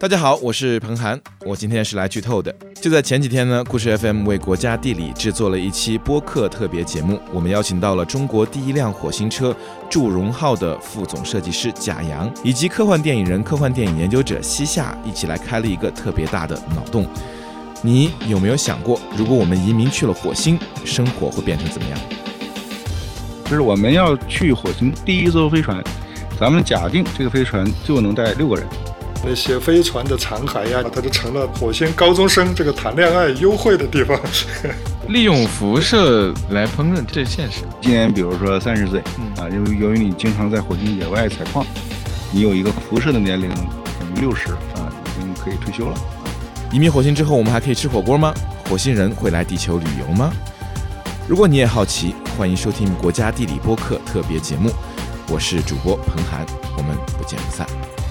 大家好，我是彭涵，我今天是来剧透的。就在前几天呢，故事 FM 为国家地理制作了一期播客特别节目，我们邀请到了中国第一辆火星车祝融号的副总设计师贾阳，以及科幻电影人、科幻电影研究者西夏，一起来开了一个特别大的脑洞。你有没有想过，如果我们移民去了火星，生活会变成怎么样？ 就是我们要去火星第一艘飞船，咱们假定这个飞船就能带6个人。 那些飞船的残骸呀，它就成了火星高中生这个谈恋爱优惠的地方。 利用辐射来烹饪，这现实。 今年比如说30岁由于你经常在火星野外采矿，你有一个辐射的年龄60已经可以退休了。 移民火星之后，我们还可以吃火锅吗？火星人会来地球旅游吗？如果你也好奇，欢迎收听国家地理播客特别节目，我是主播彭涵，我们不见不散。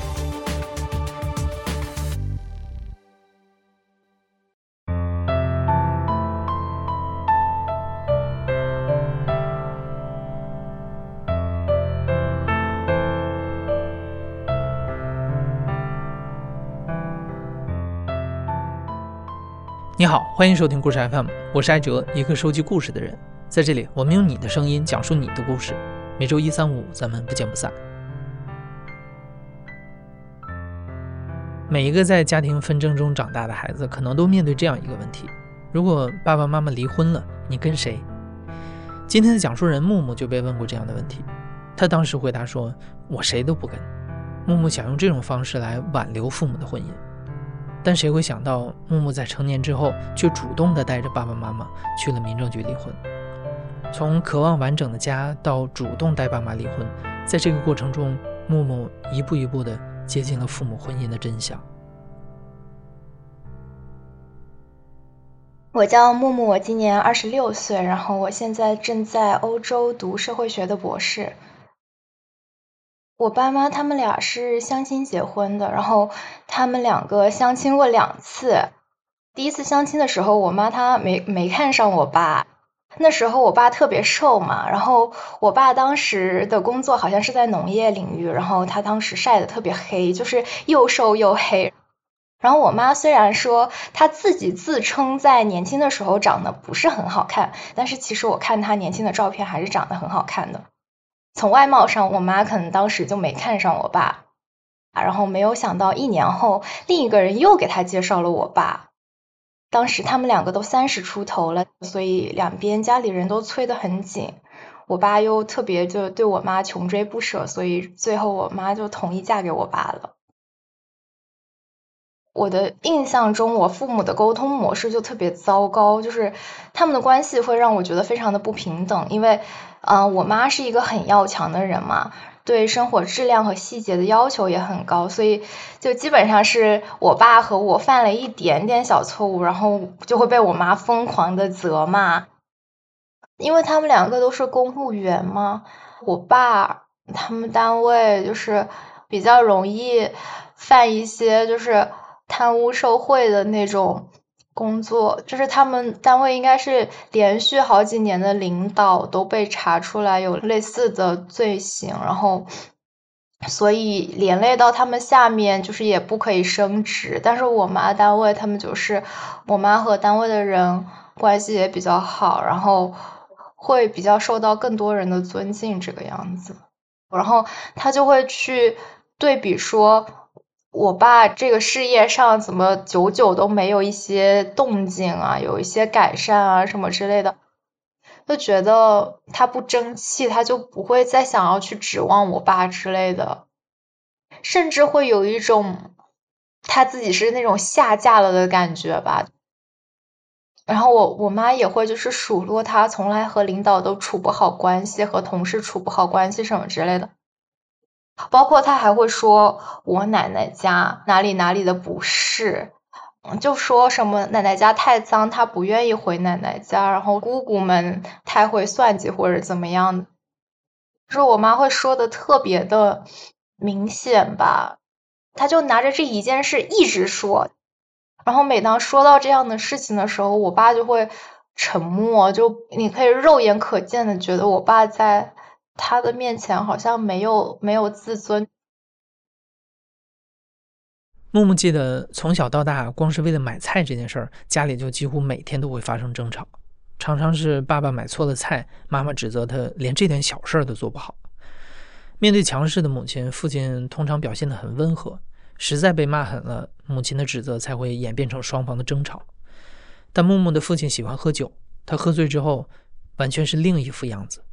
你好，欢迎收听故事 FM， 我是艾哲，一个收集故事的人。在这里，我们用你的声音讲述你的故事。每周1、3、5，咱们不见不散。每一个在家庭纷争中长大的孩子，可能都面对这样一个问题：如果爸爸妈妈离婚了，你跟谁？今天的讲述人木木就被问过这样的问题，他当时回答说：“我谁都不跟。”木木想用这种方式来挽留父母的婚姻。但谁会想到，木木在成年之后却主动地带着爸爸妈妈去了民政局离婚。从渴望完整的家到主动带爸妈离婚，在这个过程中，木木一步一步地接近了父母婚姻的真相。 我叫木木，我今年26岁，然后我现在正在欧洲读社会学的博士。我爸妈他们俩是相亲结婚的，然后他们2个相亲过2次。第一次相亲的时候，我妈她没看上我爸，那时候我爸特别瘦嘛，然后我爸当时的工作好像是在农业领域，然后他当时晒得特别黑，就是又瘦又黑。然后我妈虽然说她自己自称在年轻的时候长得不是很好看，但是其实我看她年轻的照片还是长得很好看的。从外貌上，我妈可能当时就没看上我爸，然后没有想到1年后，另一个人又给她介绍了我爸。当时他们2个都30出头了，所以两边家里人都催得很紧。我爸又特别就对我妈穷追不舍，所以最后我妈就同意嫁给我爸了。我的印象中，我父母的沟通模式就特别糟糕，就是他们的关系会让我觉得非常的不平等，因为我妈是一个很要强的人嘛，对生活质量和细节的要求也很高，所以就基本上是我爸和我犯了一点点小错误，然后就会被我妈疯狂的责骂。因为他们2个都是公务员嘛，我爸他们单位就是比较容易犯一些就是贪污受贿的那种工作，就是他们单位应该是连续好几年的领导都被查出来有类似的罪行，然后所以连累到他们下面就是也不可以升职。但是我妈单位他们就是我妈和单位的人关系也比较好，然后会比较受到更多人的尊敬这个样子。然后他就会去对比说我爸这个事业上怎么久久都没有一些动静啊，有一些改善啊什么之类的，就觉得他不争气，他就不会再想要去指望我爸之类的，甚至会有一种他自己是那种下嫁了的感觉吧。然后我妈也会就是数落他从来和领导都处不好关系，和同事处不好关系什么之类的。包括他还会说我奶奶家哪里哪里的不是，就说什么奶奶家太脏，他不愿意回奶奶家，然后姑姑们太会算计或者怎么样。就是我妈会说的特别的明显吧，她就拿着这一件事一直说，然后每当说到这样的事情的时候，我爸就会沉默，就你可以肉眼可见的觉得我爸在他的面前好像没有自尊。 木木记得从小到大，光是为了买菜这件事儿，家里就几乎每天都会发生争吵，常常是爸爸买错了菜，妈妈指责他连这点小事儿都做不好。面对强势的母亲，父亲通常表现得很温和，实在被骂狠了，母亲的指责才会演变成双方的争吵。但木木的父亲喜欢喝酒，他喝醉之后完全是另一副样子。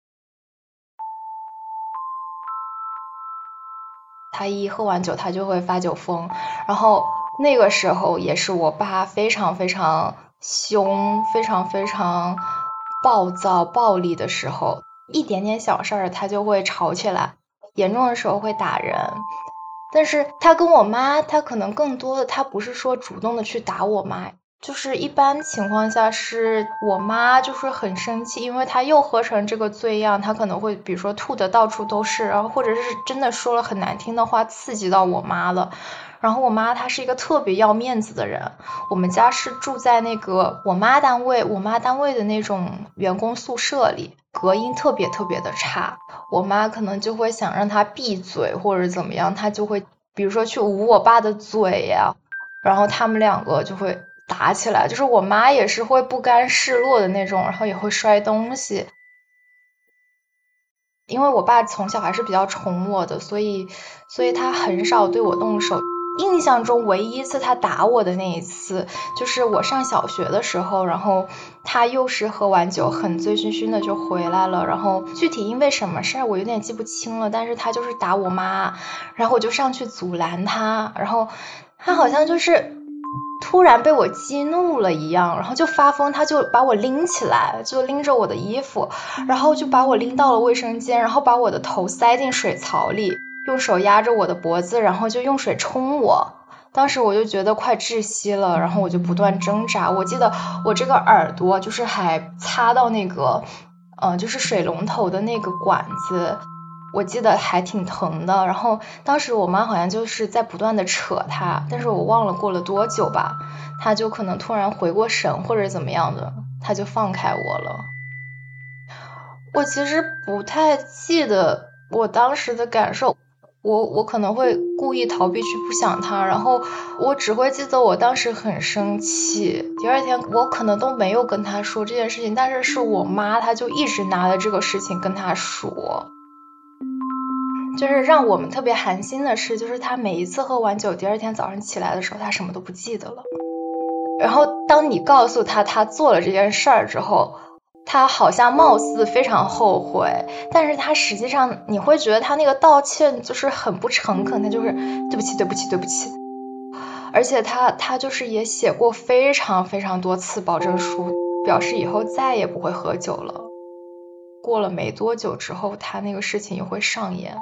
他一喝完酒他就会发酒疯，然后那个时候也是我爸非常非常凶，非常非常暴躁暴力的时候，一点点小事儿他就会吵起来，严重的时候会打人。但是他跟我妈，他可能更多的他不是说主动的去打我妈，就是一般情况下是我妈就是很生气，因为她又喝成这个醉样，她可能会比如说吐的到处都是，然后或者是真的说了很难听的话刺激到我妈了。然后我妈她是一个特别要面子的人，我们家是住在那个我妈单位的那种员工宿舍里，隔音特别特别的差，我妈可能就会想让她闭嘴或者怎么样，她就会比如说去捂我爸的嘴呀，然后他们两个就会打起来，就是我妈也是会不甘示弱的那种，然后也会摔东西。因为我爸从小还是比较宠我的，所以他很少对我动手。印象中唯一一次他打我的那一次，就是我上小学的时候，然后他又是喝完酒很醉醺醺的就回来了，然后具体因为什么事儿我有点记不清了，但是他就是打我妈，然后我就上去阻拦他，然后他好像就是突然被我激怒了一样，然后就发疯，他就把我拎起来，就拎着我的衣服，然后就把我拎到了卫生间，然后把我的头塞进水槽里，用手压着我的脖子，然后就用水冲我。当时我就觉得快窒息了，然后我就不断挣扎。我记得我这个耳朵就是还擦到那个就是水龙头的那个管子，我记得还挺疼的。然后当时我妈好像就是在不断的扯他，但是我忘了过了多久吧，他就可能突然回过神或者怎么样的，他就放开我了。我其实不太记得我当时的感受，我可能会故意逃避去不想他，然后我只会记得我当时很生气。第二天我可能都没有跟他说这件事情，但是我妈她就一直拿着这个事情跟他说。就是让我们特别寒心的是，就是他每一次喝完酒，第二天早上起来的时候，他什么都不记得了。然后当你告诉他他做了这件事儿之后，他好像貌似非常后悔，但是他实际上你会觉得他那个道歉就是很不诚恳，他就是对不起对不起对不起。而且他就是也写过非常非常多次保证书，表示以后再也不会喝酒了。过了没多久之后，他那个事情又会上演。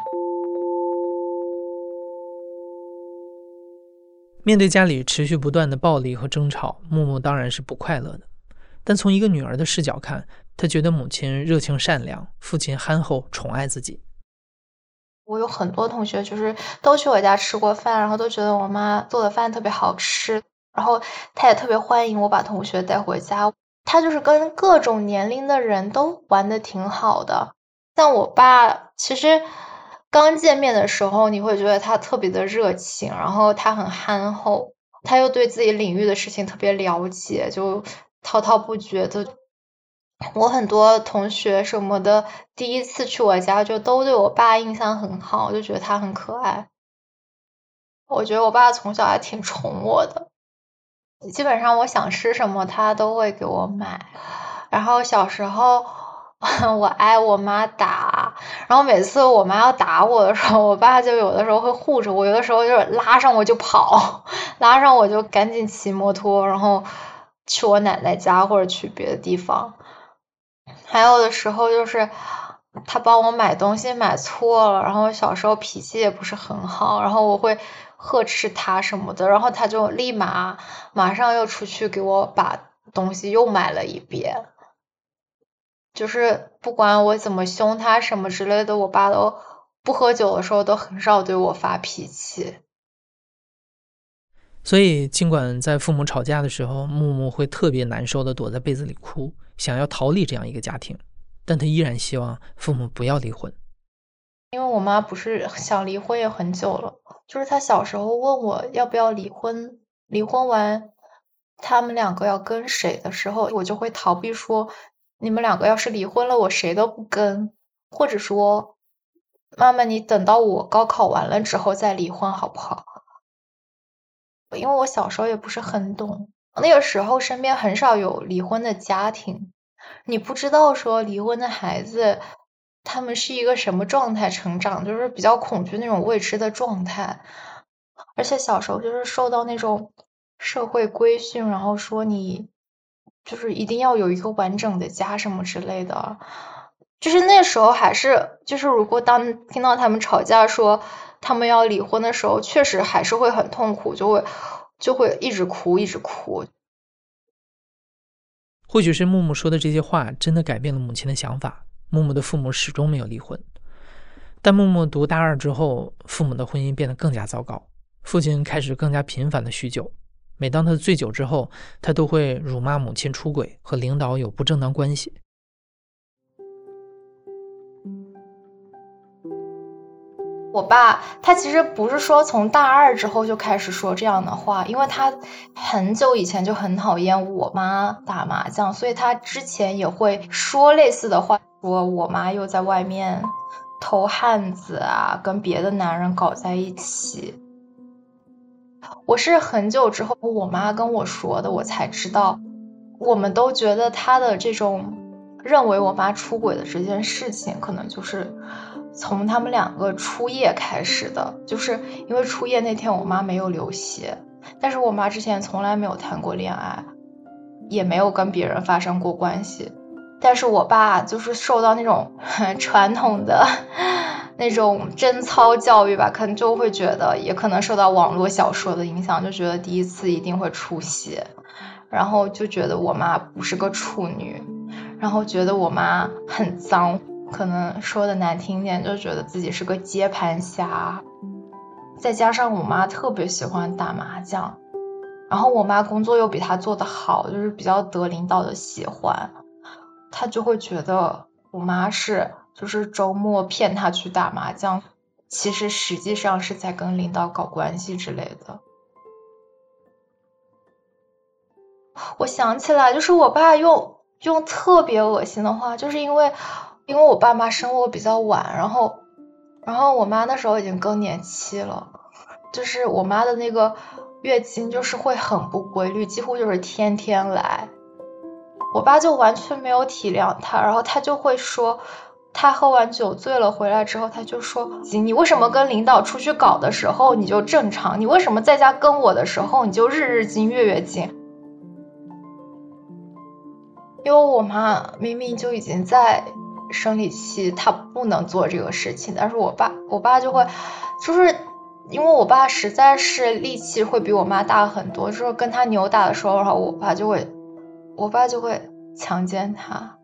面对家里持续不断的暴力和争吵，木木当然是不快乐的。但从一个女儿的视角看，她觉得母亲热情善良，父亲憨厚宠爱自己。 我有很多同学就是都去我家吃过饭，然后都觉得我妈做的饭特别好吃，然后她也特别欢迎我把同学带回家。她就是跟各种年龄的人都玩得挺好的。像我爸其实刚见面的时候你会觉得他特别的热情，然后他很憨厚，他又对自己领域的事情特别了解，就滔滔不绝的。我很多同学什么的第一次去我家就都对我爸印象很好，就觉得他很可爱。我觉得我爸从小还挺宠我的，基本上我想吃什么他都会给我买。然后小时候我挨我妈打，然后每次我妈要打我的时候，我爸就有的时候会护着我，有的时候就是拉上我就跑，拉上我就赶紧骑摩托，然后去我奶奶家或者去别的地方。还有的时候就是他帮我买东西买错了，然后小时候脾气也不是很好，然后我会呵斥他什么的，然后他就马上又出去给我把东西又买了一遍。就是不管我怎么凶他什么之类的，我爸都不喝酒的时候都很少对我发脾气。 所以尽管在父母吵架的时候，木木会特别难受的躲在被子里哭，想要逃离这样一个家庭，但他依然希望父母不要离婚。 因为我妈不是想离婚也很久了，就是她小时候问我要不要离婚，离婚完他们两个要跟谁的时候，我就会逃避说，你们两个要是离婚了，我谁都不跟，或者说，妈妈你等到我高考完了之后再离婚好不好？因为我小时候也不是很懂，那个时候身边很少有离婚的家庭，你不知道说离婚的孩子他们是一个什么状态成长，就是比较恐惧那种未知的状态，而且小时候就是受到那种社会规训，然后说你就是一定要有一个完整的家什么之类的，就是那时候还是就是如果当听到他们吵架说他们要离婚的时候，确实还是会很痛苦，就会一直哭一直哭。 或许是木木说的这些话真的改变了母亲的想法，木木的父母始终没有离婚。但木木读大2之后，父母的婚姻变得更加糟糕，父亲开始更加频繁的酗酒，每当他醉酒之后，他都会辱骂母亲出轨，和领导有不正当关系。 我爸他其实不是说从大2之后就开始说这样的话，因为他很久以前就很讨厌我妈打麻将，所以他之前也会说类似的话，说我妈又在外面偷汉子啊，跟别的男人搞在一起。我是很久之后我妈跟我说的，我才知道，我们都觉得他的这种认为我妈出轨的这件事情，可能就是从他们两个初夜开始的，就是因为初夜那天我妈没有流血，但是我妈之前从来没有谈过恋爱，也没有跟别人发生过关系，但是我爸就是受到那种传统的那种贞操教育吧，可能就会觉得，也可能受到网络小说的影响，就觉得第一次一定会出血，然后就觉得我妈不是个处女，然后觉得我妈很脏，可能说的难听点，就觉得自己是个接盘侠。再加上我妈特别喜欢打麻将，然后我妈工作又比她做得好，就是比较得领导的喜欢，她就会觉得我妈是就是周末骗她去打麻将，其实实际上是在跟领导搞关系之类的。我想起来，就是我爸用特别恶心的话，就是因为我爸妈生我比较晚，然后我妈那时候已经更年期了，就是我妈的那个月经就是会很不规律，几乎就是天天来。我爸就完全没有体谅她，然后他就会说，他喝完酒醉了回来之后，他就说，你为什么跟领导出去搞的时候你就正常，你为什么在家跟我的时候你就日日经月月经？因为我妈明明就已经在生理期，她不能做这个事情，但是我爸就会，就是因为我爸实在是力气会比我妈大很多，就是跟他扭打的时候，然后我爸就会强奸他。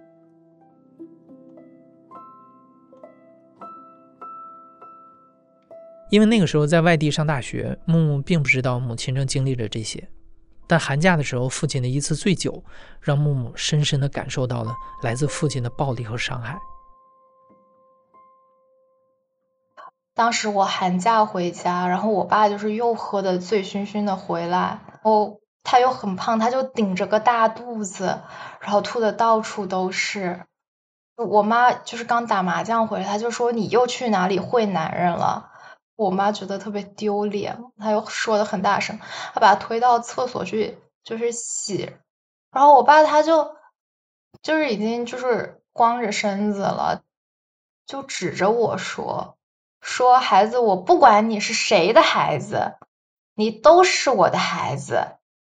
因为那个时候在外地上大学，木木并不知道母亲正经历着这些，但寒假的时候父亲的一次醉酒让木木深深地感受到了来自父亲的暴力和伤害。 当时我寒假回家，然后我爸就是又喝得醉醺醺的回来，然后他又很胖，他就顶着个大肚子，然后吐的到处都是。我妈就是刚打麻将回来，他就说你又去哪里会男人了。我妈觉得特别丢脸，她又说的很大声，她把他推到厕所去就是洗，然后我爸他就是已经就是光着身子了，就指着我说孩子，我不管你是谁的孩子，你都是我的孩子。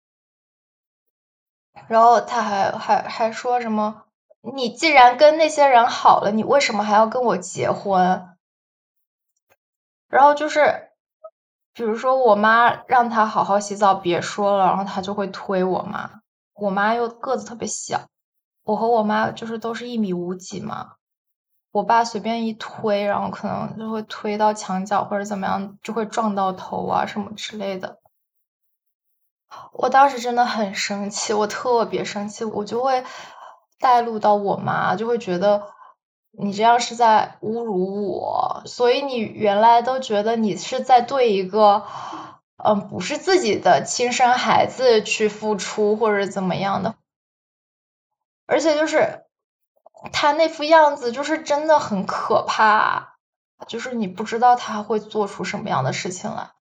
然后他还说什么，你既然跟那些人好了，你为什么还要跟我结婚？然后就是比如说我妈让他好好洗澡别说了，然后他就会推我妈，我妈又个子特别小，我和我妈就是都是1.5米嘛，我爸随便一推，然后可能就会推到墙角或者怎么样，就会撞到头啊什么之类的。我当时真的很生气，我特别生气，我就会带入到我妈，就会觉得你这样是在侮辱我，所以你原来都觉得你是在对一个不是自己的亲生孩子去付出或者怎么样的。而且就是他那副样子就是真的很可怕，就是你不知道他会做出什么样的事情来。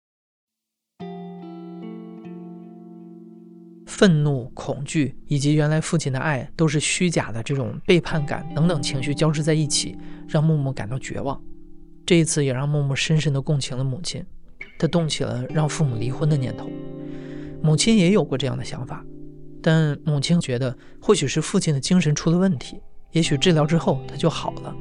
愤怒、恐惧以及原来父亲的爱都是虚假的，这种背叛感等等情绪交织在一起，让木木感到绝望。这一次也让木木深深地共情了母亲，他动起了让父母离婚的念头。母亲也有过这样的想法，但母亲觉得或许是父亲的精神出了问题，也许治疗之后他就好了。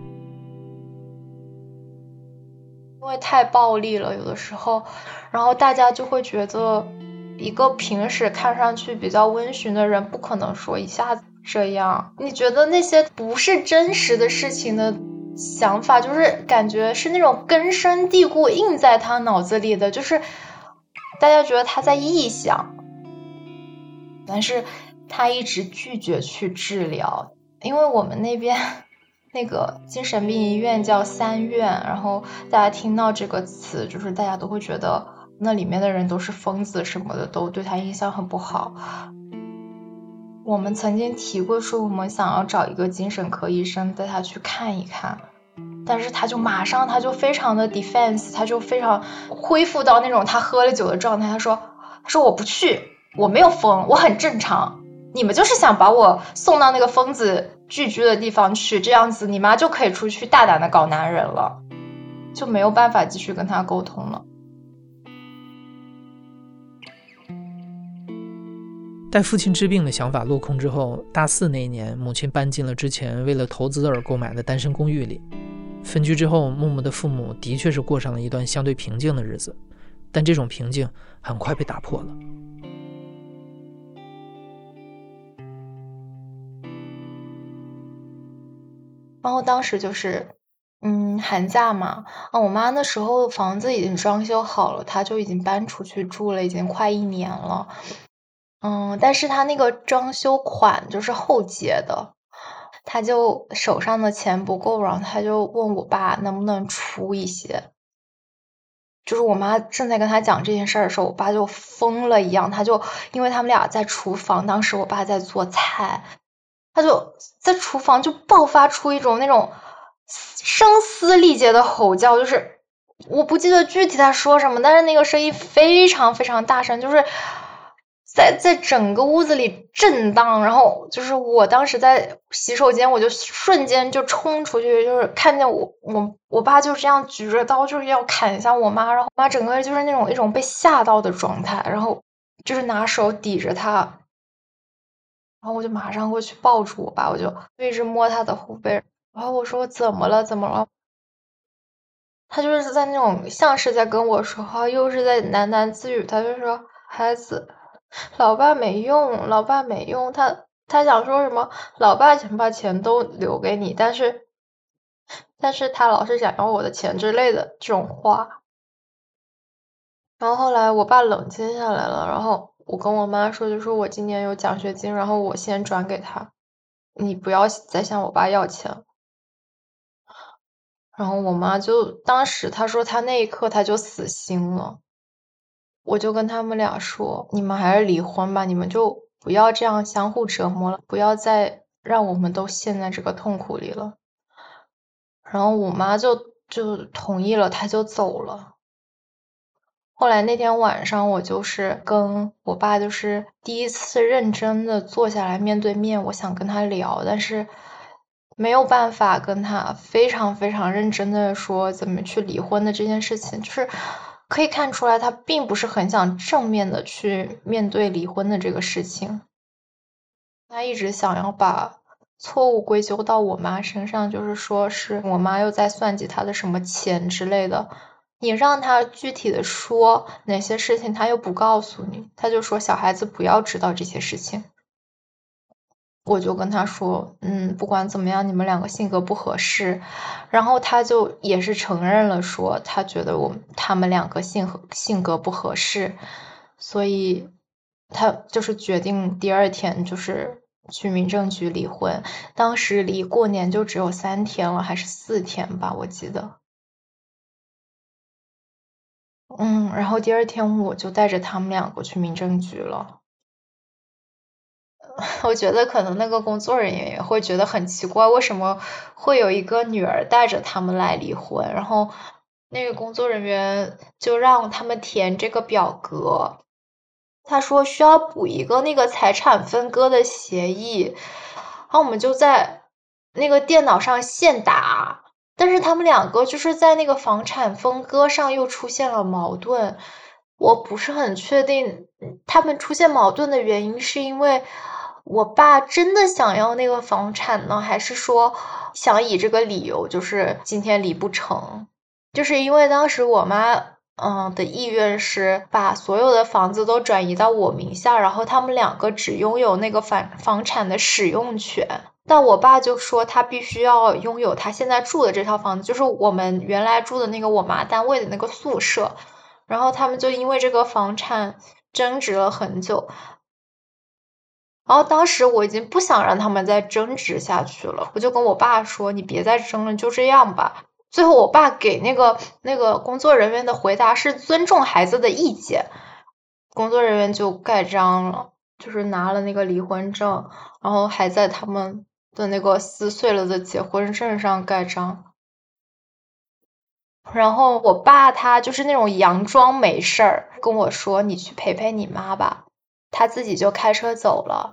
因为太暴力了有的时候，然后大家就会觉得一个平时看上去比较温驯的人不可能说一下子这样。你觉得那些不是真实的事情的想法，就是感觉是那种根深蒂固印在他脑子里的，就是大家觉得他在臆想，但是他一直拒绝去治疗。因为我们那边那个精神病医院叫3院，然后大家听到这个词，就是大家都会觉得那里面的人都是疯子什么的，都对他印象很不好。我们曾经提过说我们想要找一个精神科医生带他去看一看，但是他就马上他就非常的 defense， 他就非常恢复到那种他喝了酒的状态。他说我不去，我没有疯，我很正常，你们就是想把我送到那个疯子聚居的地方去，这样子你妈就可以出去大胆的搞男人了，就没有办法继续跟他沟通了。 待父亲治病的想法落空之后，大4那一年，母亲搬进了之前为了投资而购买的单身公寓里。分居之后，木木的父母的确是过上了一段相对平静的日子，但这种平静很快被打破了。 然后当时就是寒假嘛，我妈那时候房子已经装修好了，她就已经搬出去住了，已经快1年了。但是她那个装修款就是后结的，她就手上的钱不够，然后她就问我爸能不能出一些。就是我妈正在跟他讲这件事儿的时候，我爸就疯了一样，他就因为他们俩在厨房，当时我爸在做菜，他就在厨房就爆发出一种那种声嘶力竭的吼叫，就是我不记得具体他说什么，但是那个声音非常非常大声，就是在整个屋子里震荡。然后就是我当时在洗手间，我就瞬间就冲出去，就是看见我爸就这样举着刀就是要砍向我妈，然后我妈整个就是那种一种被吓到的状态，然后就是拿手抵着他，然后我就马上过去抱住我爸，我就一直摸他的后背，然后我说怎么了？他就是在那种像是在跟我说话，又是在喃喃自语，他就说孩子，老爸没用，老爸没用，他想说什么老爸想把钱都留给你，但是他老是想要我的钱之类的这种话。然后后来我爸冷静下来了，然后我跟我妈说，就说我今年有奖学金，然后我先转给他，你不要再向我爸要钱。然后我妈就当时她说她那一刻她就死心了。我就跟他们俩说，你们还是离婚吧，你们就不要这样相互折磨了，不要再让我们都陷在这个痛苦里了。然后我妈就同意了，她就走了。后来那天晚上，我就是跟我爸就是第一次认真的坐下来面对面，我想跟他聊，但是没有办法跟他非常非常认真的说怎么去离婚的这件事情，就是可以看出来他并不是很想正面的去面对离婚的这个事情，他一直想要把错误归咎到我妈身上，就是说是我妈又在算计他的什么钱之类的。你让他具体的说哪些事情，他又不告诉你，他就说小孩子不要知道这些事情。我就跟他说，不管怎么样，你们两个性格不合适。然后他就也是承认了，说他觉得他们两个性格不合适，所以他就是决定第二天就是去民政局离婚，当时离过年就只有3天了，还是4天吧，我记得。然后第2天我就带着他们2个去民政局了。我觉得可能那个工作人员也会觉得很奇怪，为什么会有一个女儿带着他们来离婚，然后那个工作人员就让他们填这个表格，他说需要补一个那个财产分割的协议，然后我们就在那个电脑上现打，但是他们2个就是在那个房产分割上又出现了矛盾，我不是很确定他们出现矛盾的原因是因为我爸真的想要那个房产呢，还是说想以这个理由就是今天离不成，就是因为当时我妈的意愿是把所有的房子都转移到我名下，然后他们2个只拥有那个房产的使用权，但我爸就说他必须要拥有他现在住的这套房子，就是我们原来住的那个我妈单位的那个宿舍，然后他们就因为这个房产争执了很久，然后当时我已经不想让他们再争执下去了，我就跟我爸说你别再争了，就这样吧。最后我爸给那个工作人员的回答是尊重孩子的意见，工作人员就盖章了，就是拿了那个离婚证，然后还在他们的那个撕碎了的结婚证上盖章。然后我爸他就是那种佯装没事儿，跟我说你去陪陪你妈吧，他自己就开车走了。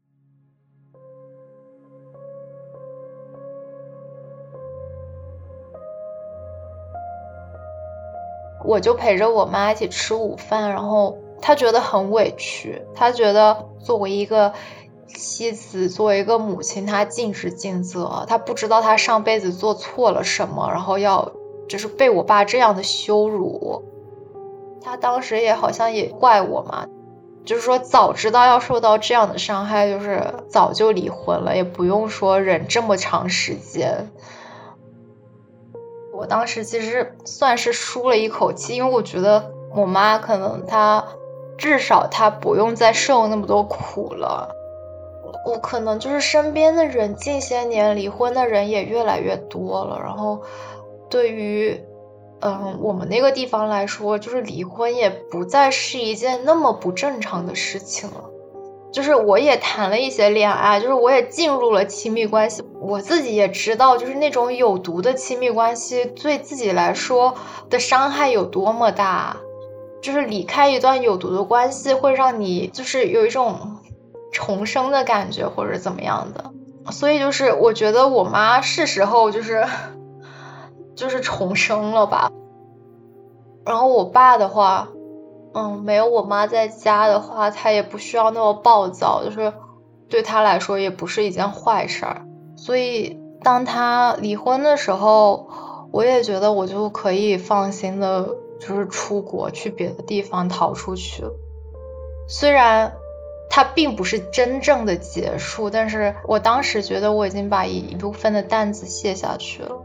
我就陪着我妈一起吃午饭，然后她觉得很委屈，她觉得作为一个妻子，作为一个母亲，她尽职尽责，她不知道她上辈子做错了什么，然后要就是被我爸这样的羞辱。她当时也好像也怪我嘛，就是说早知道要受到这样的伤害，就是早就离婚了，也不用说忍这么长时间。我当时其实算是舒了一口气，因为我觉得我妈可能至少她不用再受那么多苦了。我可能就是身边的人近些年离婚的人也越来越多了，然后对于我们那个地方来说，就是离婚也不再是一件那么不正常的事情了。就是我也谈了一些恋爱，就是我也进入了亲密关系，我自己也知道就是那种有毒的亲密关系对自己来说的伤害有多么大，就是离开一段有毒的关系会让你就是有一种重生的感觉或者怎么样的。所以就是我觉得我妈是时候就是重生了吧。然后我爸的话没有我妈在家的话，他也不需要那么暴躁，就是对他来说也不是一件坏事儿。所以当他离婚的时候，我也觉得我就可以放心的就是出国去别的地方逃出去了。虽然它并不是真正的结束，但是我当时觉得我已经把一部分的担子卸下去了。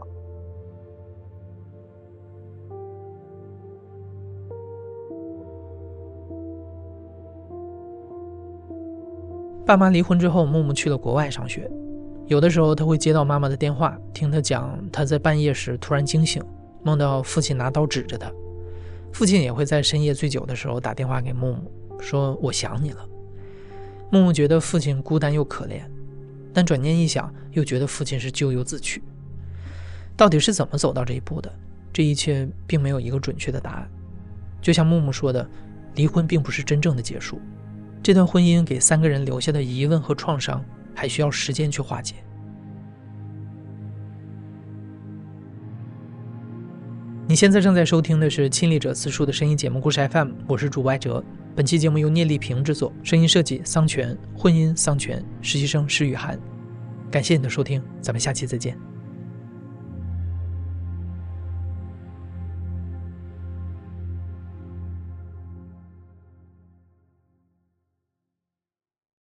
爸妈离婚之后，木木去了国外上学。有的时候他会接到妈妈的电话，听她讲她在半夜时突然惊醒，梦到父亲拿刀指着她。父亲也会在深夜醉酒的时候打电话给木木，说我想你了。木木觉得父亲孤单又可怜，但转念一想，又觉得父亲是咎由自取。到底是怎么走到这一步的？这一切并没有一个准确的答案。就像木木说的，离婚并不是真正的结束，这段婚姻给3个人留下的疑问和创伤还需要时间去化解。你现在正在收听的是亲历者自述的声音节目故事 FM， 我是主播艾哲。本期节目由聂丽萍制作，声音设计桑泉，混音桑泉，实习生施雨涵。感谢你的收听，咱们下期再见。